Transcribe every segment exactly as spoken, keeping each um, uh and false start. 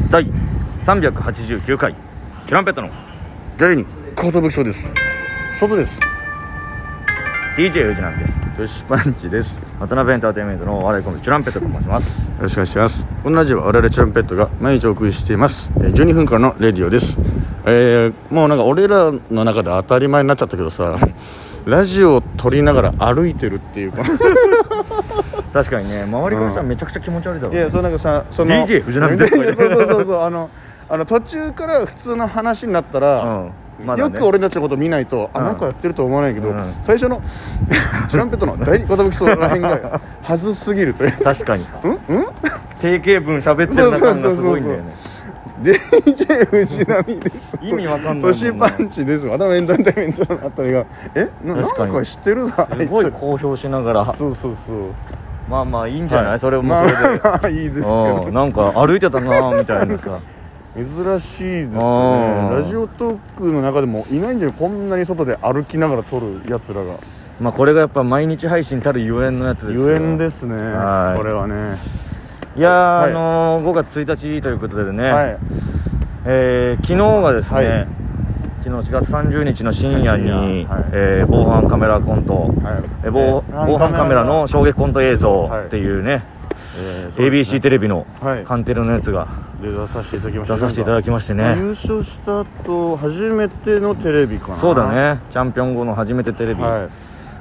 だいさんびゃくはちじゅうきゅうかいチュランペットの第二コートブショーです。外です。 ディージェー 藤波です。 トシパンチです。 渡辺エンターテインメントのお笑いコンビチュランペットと申します。 よろしくお願いします。このラジオは我々チュランペットが毎日お送りしています。じゅうにふんかんのレディオです。えー、もうなんか俺らの中で当たり前になっちゃったけどさ、ラジオを撮りながら歩いてるっていうか確かにね、周りからしたらめちゃくちゃ気持ち悪いだろう、ね、 いや、そうなんかさ、そのディージェー 藤波ですそうそうそうそう、あのあの途中から普通の話になったら、うんまだね、よく俺たちのこと見ないと、うん、あ、なんかやってると思わないけど、うん、最初のチュランペットの第二寿そうらへんがはずすぎるという確かにうんうん定型文喋ってる中がすごいんだよね。 ディージェー 藤波です意味わかんないもんね。 トシパンチです。渡辺エンターテインメントのあたりがえな、なんか知ってるな、 すごい公表しながらそうそうそう、 まあまあいいんじゃない、はい、それもそれで、 まあ、まあいいですけど、 なんか歩いてたなみたいなさ珍しいですね。ラジオトークの中でもいないんじゃない、こんなに外で歩きながら撮るやつらが。 まあこれがやっぱ毎日配信たるゆえんのやつですよ。 ゆえんですね、はい、これはね。 いやー、はい、あのー、ごがつついたちということでね、はい、えー、昨日がですね、はい、昨日しがつさんじゅうにちの深夜に、はい、えー、防犯カメラコント、はい、えー、防, 防犯カメラの衝撃コント映像っていうね、はい、えー、エービーシー テレビのカンテレのやつがで出させていただきました。 出させていただきましてね、 優勝した後初めてのテレビかな。 そうだね、チャンピオン後の初めてテレビ、はい、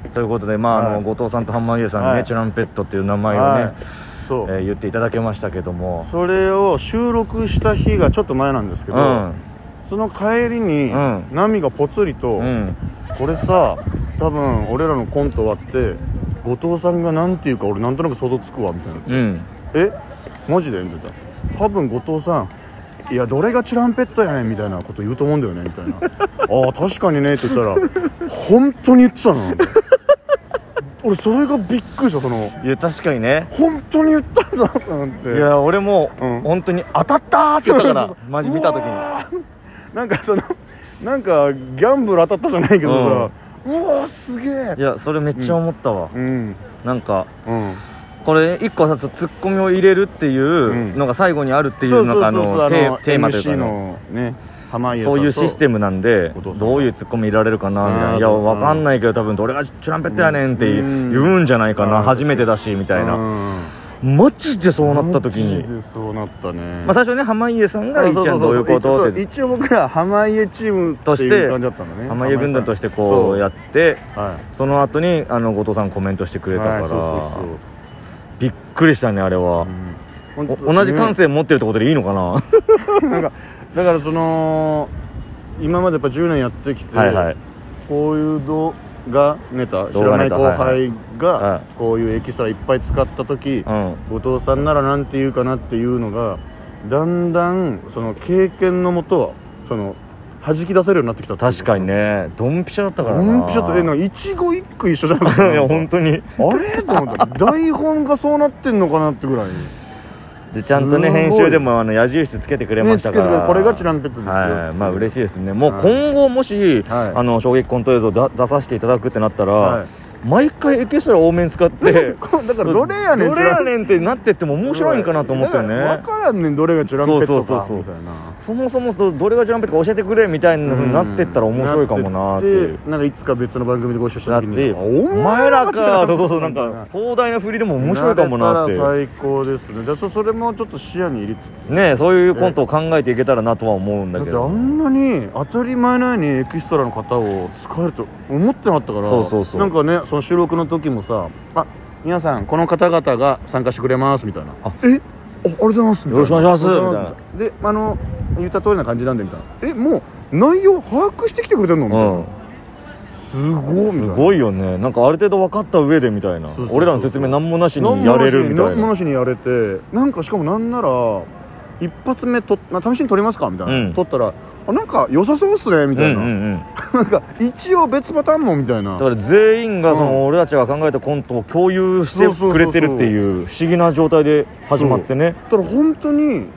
ということで、まあ、はい、あの後藤さんとハンマー家さんにね、はい、チュランペットっていう名前をね、はい、そう、えー、言っていただけましたけども、 それを収録した日がちょっと前なんですけど、うん、その帰りに、うん、ナミがぽつりと、うん、これさ多分俺らのコント終わって後藤さんがなんていうか俺なんとなく想像つくわみたいな、うん、えマジでみたいな、多分後藤さんいやどれがチュランペットやねんみたいなこと言うと思うんだよねみたいなああ確かにねって言ったら本当に言ってたな俺それがびっくりした。そのいや確かにね本当に言ったぞなんて。 いや俺も、うん、本当に当たったーって言ったからマジ見た時になんかそのなんかギャンブル当たったじゃないけどさ、うん、うわーすげえ。 いやそれめっちゃ思ったわ、うん、なんか、うん、これ一個さツッコミを入れるっていうのが最後にあるっていうのがテーマというかのね、そういうシステムなんでどういうツッコミ入れられるかなみたいな。いや分かんないけど多分どれがチュランペットやねんって言うんじゃないかな、初めてだしみたいな。マジでそうなった時にマジでそうなったね。まあ最初ね濱家さんが「いっちゃんどういうこと?」って一応僕ら濱家チームとして濱家軍団としてこうやって、その後にあの後藤さんコメントしてくれたからびっくりしたねあれは。同じ感性持ってるってことでいいのかな。 なんかだからその今までやっぱじゅうねんやってきて、はいはい、こういう動画ネタ知らない後輩がこういうエキストラいっぱい使った時、はい、後藤さんならなんて言うかなっていうのがだんだんその経験のもとその弾き出せるようになってきた。 確かにねドンピシャだったからな。 ドンピシャってえなんか一語一句一緒じゃないいや本当にあれと思った台本がそうなってんのかなってぐらいでちゃんとね編集でもあの矢印つけてくれましたから、 ね、これがチュランペットですよ、 はい、まあ嬉しいですね。もう今後もし、はい、あの衝撃コント映像だ出させていただくってなったら、はい、毎回エキストラ多めに使ってだからどれやねんどれやねんってなってっても面白いんかなと思ってね。 分からんねんどれがチュランペットかみたいな。 そもそもどれがチュランペットか教えてくれみたいな風になってったら面白いかもなっていう。 なんかいつか別の番組でご一緒した時にお前らかそうそうそうなんか壮大な振りでも面白いかもなって。 最高ですね。じゃあそれもちょっと視野に入れつつねそういうコントを考えていけたらなとは思うんだけど。 だってあんなに当たり前のようにエキストラの方を使えると思ってなかったから。 そうそうそう。 なんかねその収録の時もさあ皆さんこの方々が参加してくれますみたいな。あえあありがとうございますよろしくお願いしますみたいな。 であの言った通りな感じなんでみたいな。えもう内容把握してきてくれてんのみたいな、うん、すごいみたいな。 すごいよね。なんかある程度分かった上でみたいな。俺らの説明何もなしにやれるみたいな。 何もなしにやれてなんかしかもなんなら一発目と、まあ、試しに撮りますかみたいな、うん、撮ったらあなんか良さそうっすねみたいな、うんうんうん、なんか一応別パターンもみたいな。 だから全員がその、うん、俺たちが考えたコントを共有してくれてるっていう不思議な状態で始まってね。 だから本当に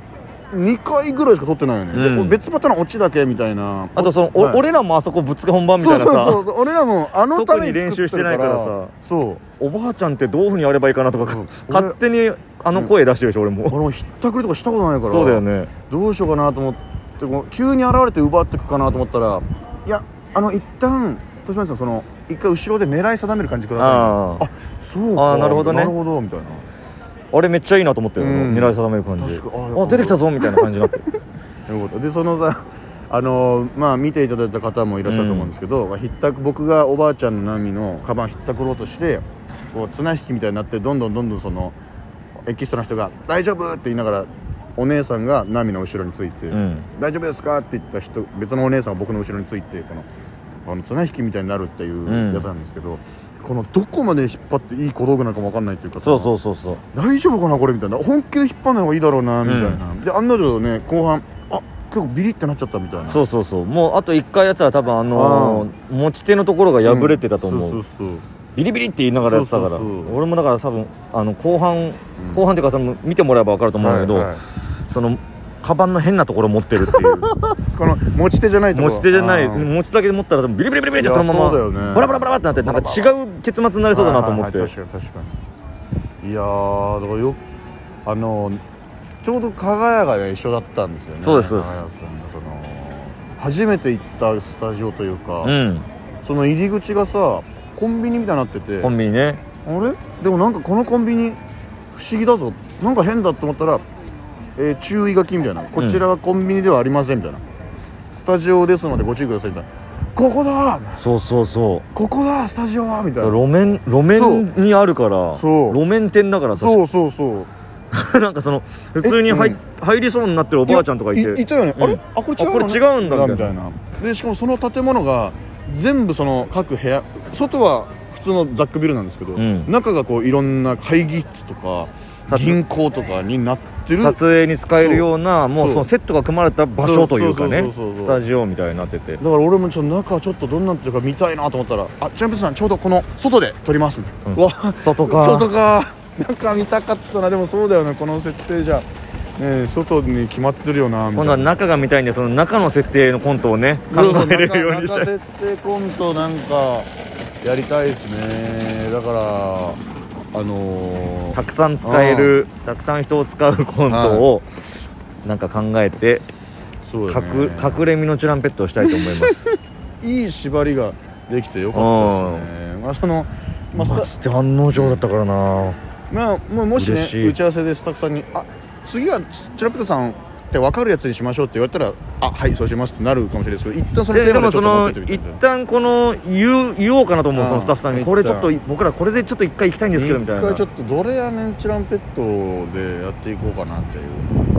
にかいぐらいしか撮ってないよね、うん、で別パターンのオチだけみたいな。 あとその、はい、俺らもあそこぶっつけ本番みたいなさ。 そうそうそう、俺らもあのために練習してないからさ。 そうおばあちゃんってどういうふうにやればいいかなとか、うん、勝手にあの声出してるでしょ、うん、俺も俺もひったくりとかしたことないから。 そうだよね。 どうしようかなと思って急に現れて奪ってくかなと思ったら、いやあの一旦豊島さんその一回後ろで狙い定める感じください、ね、ああそうか、 あなるほどね、 なるほどみたいな。 あれめっちゃいいなと思ってる、うん、狙い定める感じ。あ出てきたぞみたいな感じになってでそのさあのまあ見ていただいた方もいらっしゃると思うんですけど、うん、ひったく僕がおばあちゃんのナミのカバンひったくろうとしてこう綱引きみたいになってどんどんどんどんそのエキストラの人が「大丈夫!」って言いながらお姉さんがナミの後ろについて「うん、大丈夫ですか?」って言った人別のお姉さんが僕の後ろについてこのあの綱引きみたいになるっていうやつなんですけど、うん、このどこまで引っ張っていい小道具なのかも分かんないっていうか、 そうそうそうそう、 大丈夫かなこれみたいな、本気で引っ張るのがいいだろうなみたいな、うん、で案の定ね後半あ結構ビリってなっちゃったみたいな。 そうそうそう、もうあといっかいやったら多分あのー、持ち手のところが破れてたと思う、うん、そうそうそう、ビリビリって言いながらやってたから。そうそうそう、俺もだから多分あの後半、うん、後半っていうかその見てもらえば分かると思うんだけど、はいはい、そのカバンの変なところ持ってるっていうこの持ち手じゃないところ、 持ち手じゃない、持ち手だけ持ったらビリビリビリビリってそのままバラバラバラってなってなんか違う結末になりそうだなと思って。 確かに確かに。いやーだからよあのちょうど加賀屋が、ね、一緒だったんですよね。 そうですそうです。 その初めて行ったスタジオというか、 うん、 その入り口がさコンビニみたいになってて、 コンビニね、 あれでもなんかこのコンビニ不思議だぞ、なんか変だと思ったら、えー、注意書きみたいな、こちらはコンビニではありませんみたいな、うん、スタジオですのでご注意くださいみたいな、ここだ、 そうそうそう、 ここだスタジオはみたいな、 路面路面にあるから、そう路面店だから、 そうそうそうなんかその普通に入、うん、入りそうになってるおばあちゃんとかいてい, いたよね、うん、あれあこれ違うの、ね、 これ違うんだみたいな。でしかもその建物が全部その各部屋、外は普通のザックビルなんですけど、うん、中がこういろんな会議室とか銀行とかになってる、 撮影に使えるようなもうそのセットが組まれた場所というかね、スタジオみたいになってて、 だから俺もちょっと中ちょっとどんなっていうか見たいなと思ったら、あチャンピオンさんちょうどこの外で撮りますみたいな、うん、わ外か外か中見たかったな。でもそうだよね、この設定じゃね、外に決まってるよなみたいな。 今度は中が見たいんで、その中の設定のコントをね考えれるようにしたい。 中設定コントなんかやりたいですね。だからあのー、 たくさん使える、たくさん人を使うコントをなんか考えて、そうだね、隠, 隠れ身のチュランペットをしたいと思いますいい縛りができてよかったですね。まあそのまあ、マジで案の定だったからな。 まあ、も, もしね打ち合わせでスタッフさんにあ次はチュランペットさんって分かるやつにしましょうって言われたら、あはいそうしますってなるかもしれないですけど、一旦そのテーマでちょっと持っててみたいな、 一旦この言う言おうかなと思う、そのスタッフさんにこれちょっと僕らこれでちょっと一回行きたいんですけどみたいな、 一回ちょっとどれやねんチュランペットでやっていこうかなっていう。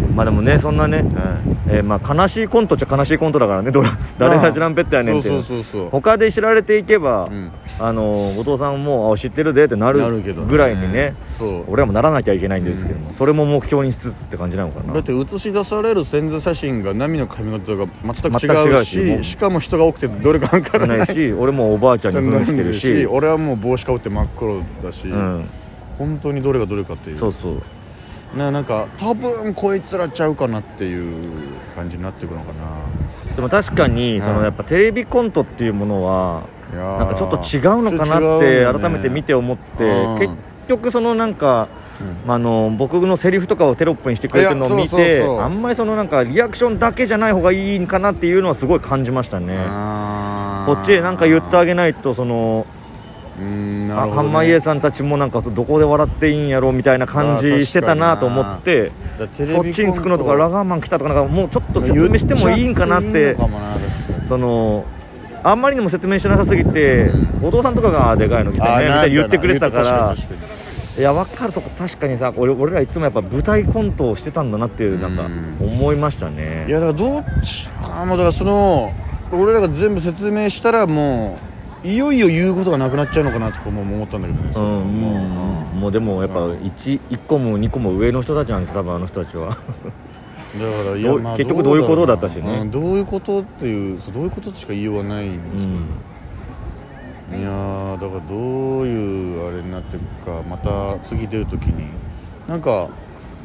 まあでもねそんなね、はいえー、まあ悲しいコントっちゃ悲しいコントだからね、誰がチュランペットやねんっていう他で知られていけば、うん、あの後藤さんも知ってるぜってなるぐらいにね、俺らもならなきゃいけないんですけども、うん、それも目標にしつつって感じなのかな。 だって映し出される宣材写真がナミの髪型が全く違うし、違うし、しかも人が多くてどれか分からないし、 俺もおばあちゃんに扮してるし俺はもう帽子かぶって真っ黒だし、うん、本当にどれがどれかっていう、 そうそうな、なんか多分こいつらちゃうかなっていう感じになっていくのかな。 でも確かにそのやっぱテレビコントっていうものはなんかちょっと違うのかなって改めて見て思って、結局そのなんか、うん、あの僕のセリフとかをテロップにしてくれてるのを見て、そうそうそう、あんまりそのなんかリアクションだけじゃない方がいいかなっていうのはすごい感じましたね。こっちでなんか言ってあげないとそのうんなるほどね、濱家さんたちもなんかどこで笑っていいんやろみたいな感じしてたなと思って、そっちにつくのとかラガーマン来たとかなんかもうちょっと説明してもいいんかなって、そのあんまりにも説明しなさすぎて後藤さんとかがでかいの来てねみたいに言ってくれてたから、いや分かる、そこ確かにさ 俺, 俺らいつもやっぱ舞台コントをしてたんだなっていうなんか思いましたね。 いやだからどっちあもうだからその俺らが全部説明したらもういよいよ言うことがなくなっちゃうのかなとかも思ったんだけどね、うんうんうん、もうでもやっぱ 1, 1個もにこも上の人たちなんです多分あの人たちはだからいや、まあ、結局どういうことだったしね、 うん、どういうことっていうどういうことしか言いようがないんですけど、うん、いやだからどういうあれになっていくか、また次出るときになんか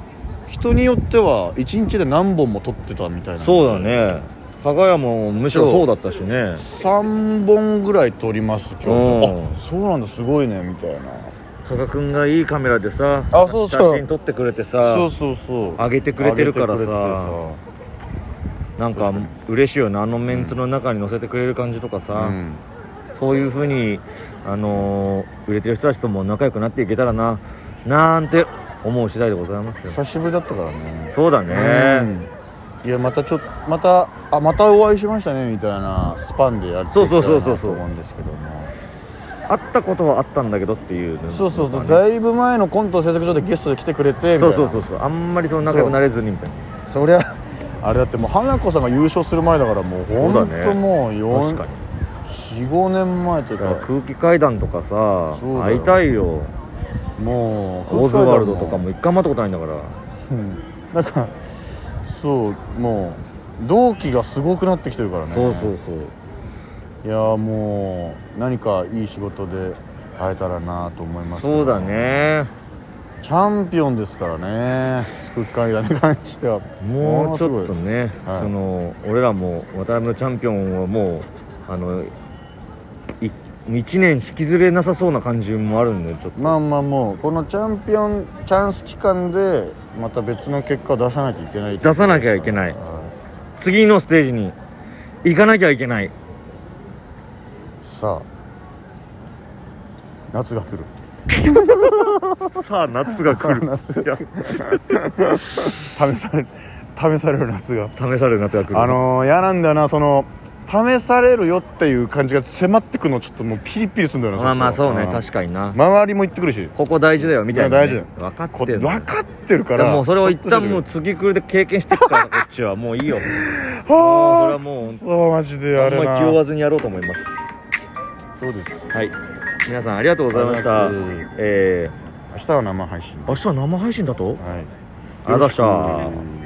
人によってはいちにちで何本も撮ってたみたいな。 そうだね、加賀屋もむしろそうだったしね。 さんぼんぐらい撮ります今日。あ、そうなんだ、すごいねみたいな。 加賀くんがいいカメラでさ、 あ、そうそう、 写真撮ってくれてさ、 そうそうそう、 上げてくれてるからさ、なんか嬉しいよね、あのメンツの中に載せてくれる感じとかさ、うん、そういう風にあのー、売れてる人たちとも仲良くなっていけたらななんて思う次第でございますよ。 久しぶりだったからね。 そうだね、 うん、いやまたちょっとまたあまたお会いしましたねみたいなスパンでやっていきたいなと思うんですけども、 会ったことはあったんだけどっていう、ね、 そうそうそう、だいぶ前のコント制作所でゲストで来てくれてみたいな。そうそうそうそう、 あんまりその仲良くなれずにみたいな。 そ, そりゃあれだって、もう花子さんが優勝する前だから、もうほんともうよん、よん、ごねんまえというか、 空気階段とかさ会いたいよ。もうオズワルドとかも一回も会ったことないんだから、 うん、なんかそう、もう同期がすごくなってきてるからね。 そうそうそう、 いやもう何かいい仕事で会えたらなと思います。 そうだね、 チャンピオンですからね、空気階段に関しては。 もうちょっとね、はい、その俺らも渡辺のチャンピオンはもうあのいちねん引きずれなさそうな感じもあるんで、ちょっとまあまあ、もうこのチャンピオンチャンス期間でまた別の結果を出さなきゃいけない。 出さなきゃいけない、はい、次のステージに行かなきゃいけない。 さあ夏が来るさあ夏が来る夏が試される試される夏が試される夏が来る。 あのー、嫌なんだよな、その試されるよっていう感じが迫ってくるの、ちょっともうピリピリするんだよな。 まあまあそうね、確かにな、 周りも言ってくるし、 ここ大事だよみたいな、 ね、大事分かってる、 分かってるから、 もうそれを一旦もう次来るで経験してるからこっちはもういいよはあ、それはもうそうマジであれな、 あんまり気負わずにやろうと思います。 そうです。 はい、皆さんありがとうございました。えー、明日は生配信。 明日は生配信だと、はい、 ありがとうございました。